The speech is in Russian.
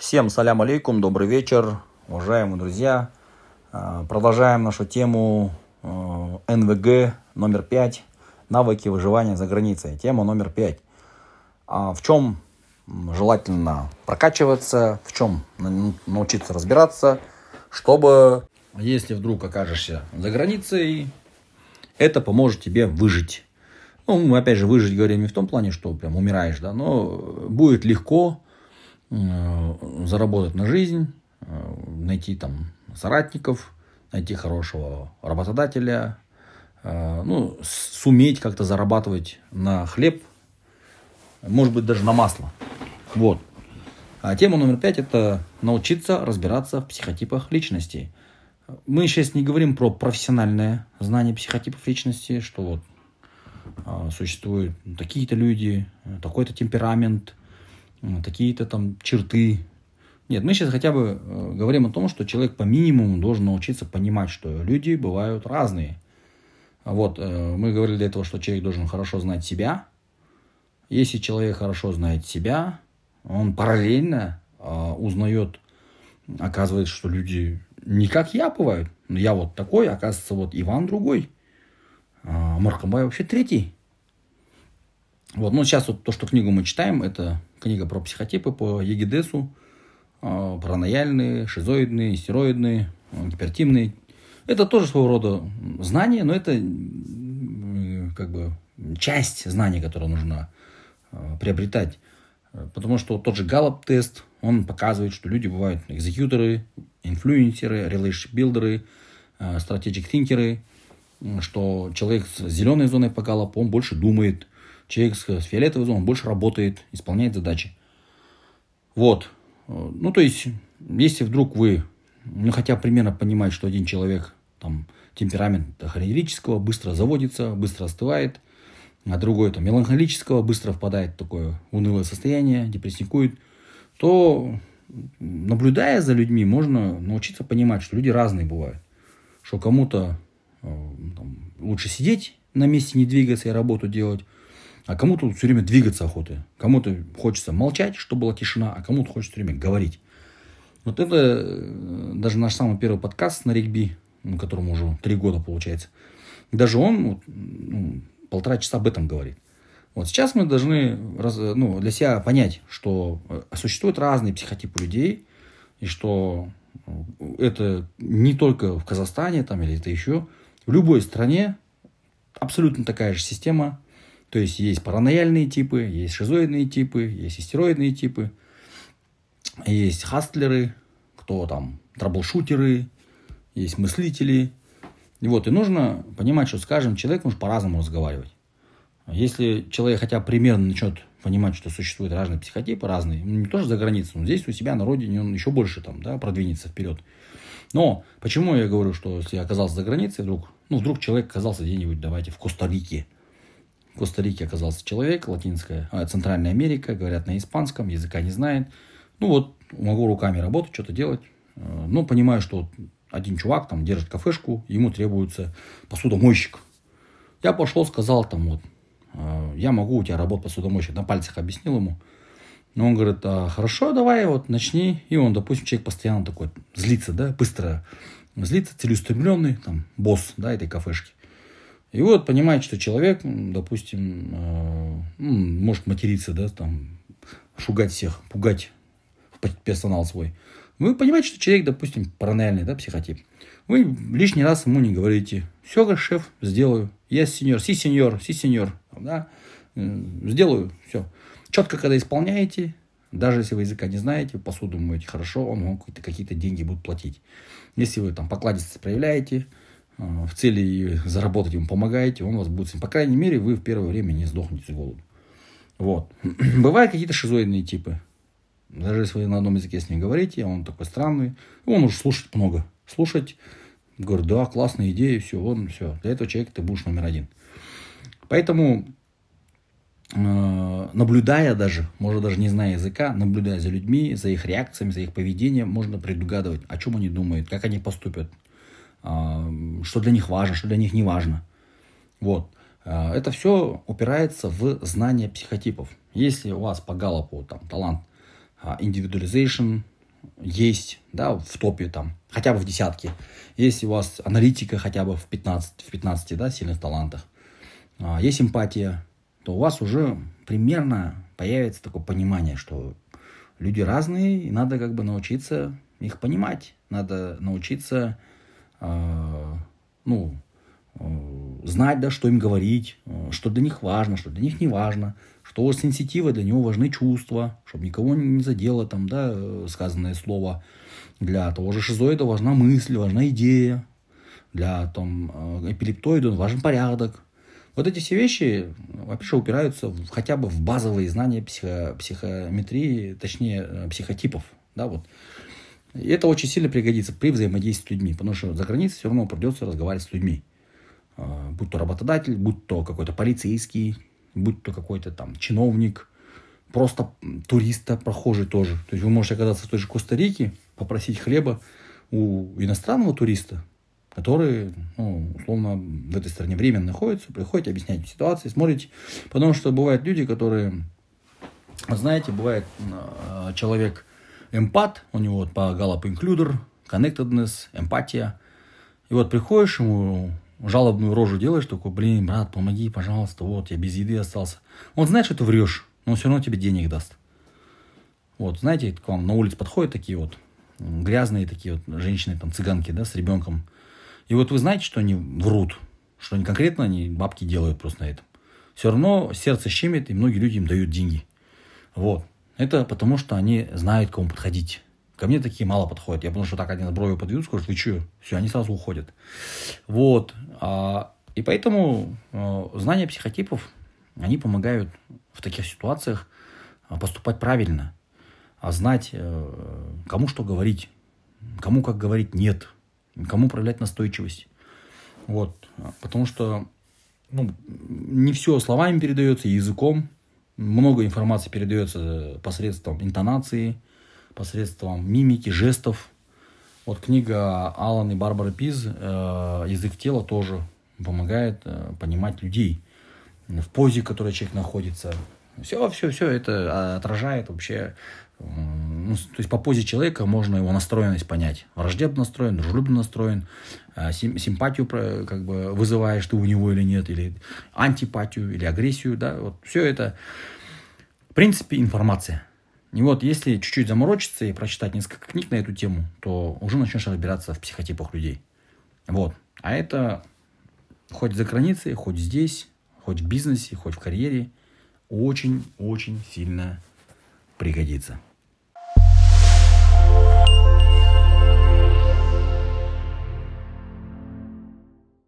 Всем салям алейкум, добрый вечер, уважаемые друзья. Продолжаем нашу тему НВГ номер 5, навыки выживания за границей. Тема номер 5. В чем желательно прокачиваться, в чем научиться разбираться, чтобы, если вдруг окажешься за границей, это поможет тебе выжить. Мы опять же выжить говорим не в том плане, что прям умираешь, да, но будет легко заработать на жизнь, найти там соратников, найти хорошего работодателя, суметь как-то зарабатывать на хлеб, может быть даже на масло. Вот. А тема номер 5 – это научиться разбираться в психотипах личности. Мы сейчас не говорим про профессиональное знание психотипов личности, что вот существуют такие-то люди, такой-то темперамент, такие-то там черты. Нет, мы сейчас хотя бы говорим о том, что человек по минимуму должен научиться понимать, что люди бывают разные. Вот, мы говорили до этого, что человек должен хорошо знать себя. Если человек хорошо знает себя, он параллельно узнает, оказывается, что люди не как я бывают. Я вот такой, оказывается, вот Иван другой. А Маркамбай вообще третий. Вот, сейчас вот то, что книгу мы читаем, это книга про психотипы по Егидесу, паранояльные, шизоидные, истероидные, гипертимные. Это тоже своего рода знание, но это как бы часть знаний, которую нужно приобретать. Потому что тот же Галлап-тест, он показывает, что люди бывают экзекьюторы, инфлюенсеры, relationship-билдеры, strategic-тинкеры, что человек с зеленой зоной по Галлапу, он больше думает, человек с фиолетовой зоной, он больше работает, исполняет задачи. Вот. То есть, если вдруг вы, хотя бы примерно понимаете, что один человек, там, темперамент холерического, быстро заводится, быстро остывает, а другой, там, меланхолического, быстро впадает в такое унылое состояние, депрессникует, то, наблюдая за людьми, можно научиться понимать, что люди разные бывают. Что кому-то лучше сидеть на месте, не двигаться и работу делать, а кому-то все время двигаться охота. Кому-то хочется молчать, чтобы была тишина, а кому-то хочется все время говорить. Вот это даже наш самый первый подкаст на регби, которому уже 3 года получается. Даже он 1,5 часа об этом говорит. Вот сейчас мы должны для себя понять, что существуют разные психотипы людей, и что это не только в Казахстане там, или это еще. В любой стране абсолютно такая же система. То есть есть паранояльные типы, есть шизоидные типы, есть истероидные типы, есть хастлеры, кто там, траблшутеры, есть мыслители. И нужно понимать, что с каждым человеком нужно по-разному разговаривать. Если человек хотя бы примерно начнет понимать, что существуют разные психотипы, разные, не тоже за границей, но здесь у себя на родине он еще больше продвинется вперед. Но почему я говорю, что если я оказался за границей, вдруг человек оказался где-нибудь, давайте, в Коста-Рике. В Коста-Рике оказался человек, Центральная Америка, говорят на испанском, языка не знает. Могу руками работать, что-то делать. Но понимаю, что один чувак там держит кафешку, ему требуется посудомойщик. Я пошел, сказал я могу у тебя работать посудомойщик, на пальцах объяснил ему. Но он говорит, хорошо, давай начни. И он, допустим, человек постоянно такой злится, да, быстро злится, целеустремленный, босс, да, этой кафешки. И понимаете, что человек, допустим, может материться, да, шугать всех, пугать персонал свой. Вы понимаете, что человек, допустим, паранояльный, да, психотип. Вы лишний раз ему не говорите, все, говорит, шеф, сделаю. Я сеньор, си сеньор, да, сделаю, все. Четко, когда исполняете, даже если вы языка не знаете, посуду моете хорошо, он вам какие-то деньги будет платить. Если вы покладистость проявляете, в цели заработать ему помогаете, он вас будет... По крайней мере, вы в первое время не сдохнете с голоду. Вот. Бывают какие-то шизоидные типы. Даже если вы на одном языке с ним говорите, он такой странный, он уже слушать много. Слушать, говорит, да, классная идея, все. Для этого человека ты будешь номер 1. Поэтому, наблюдая может даже не зная языка, наблюдая за людьми, за их реакциями, за их поведением, можно предугадывать, о чем они думают, как они поступят, что для них важно, что для них не важно. Это все упирается в знание психотипов. Если у вас по Галлапу талант individualization, есть, да, в топе там, хотя бы в десятке. Если у вас аналитика хотя бы в 15, да, сильных талантах, есть эмпатия, то у вас уже примерно появится такое понимание, что люди разные, и надо как бы научиться их понимать. Надо научиться, знать, да, что им говорить, что для них важно, что для них не важно, что у сенситива для него важны чувства, чтобы никого не задело там, да, сказанное слово. Для того же шизоида важна мысль, важна идея. Для там, эпилептоида важен порядок. Вот эти все вещи вообще упираются хотя бы в базовые знания психометрии, точнее психотипов. Да, вот. И это очень сильно пригодится при взаимодействии с людьми, потому что за границей все равно придется разговаривать с людьми. Будь то работодатель, будь то какой-то полицейский, будь то какой-то там чиновник, просто туриста, прохожий тоже. То есть вы можете оказаться в той же Коста-Рике, попросить хлеба у иностранного туриста, который, условно, в этой стране временно находится, приходите, объясняете ситуацию, смотрите. Потому что бывают люди, которые, знаете, бывает человек эмпат, у него вот по Gallup Includer, connectedness, эмпатия. И вот приходишь ему, жалобную рожу делаешь, такой, блин, брат, помоги, пожалуйста, вот, я без еды остался. Он знает, что ты врешь, но он все равно тебе денег даст. Вот, знаете, к вам на улице подходят такие вот грязные такие вот женщины, там, цыганки, да, с ребенком. И вот вы знаете, что они врут, что они конкретно, они бабки делают просто на этом. Все равно сердце щемит, и многие люди им дают деньги. Вот. Это потому, что они знают, к кому подходить. Ко мне такие мало подходят. Я потому что так один бровью подведут, скажут, вы что? Все, они сразу уходят. Вот. И поэтому знания психотипов, они помогают в таких ситуациях поступать правильно. Знать, кому что говорить, кому как говорить нет, кому проявлять настойчивость. Вот. Потому что не все словами передается, языком. Много информации передается посредством интонации, посредством мимики, жестов. Вот книга Алан и Барбары Пиз «Язык тела» тоже помогает понимать людей в позе, в которой человек находится. Все это отражает вообще. То есть по позе человека можно его настроенность понять. Враждебно настроен, дружелюбно настроен, симпатию как бы вызываешь ты у него или нет, или антипатию, или агрессию. Да? Вот все это, в принципе, информация. И вот если чуть-чуть заморочиться и прочитать несколько книг на эту тему, то уже начнешь разбираться в психотипах людей. Вот. А это хоть за границей, хоть здесь, хоть в бизнесе, хоть в карьере очень-очень сильно пригодится.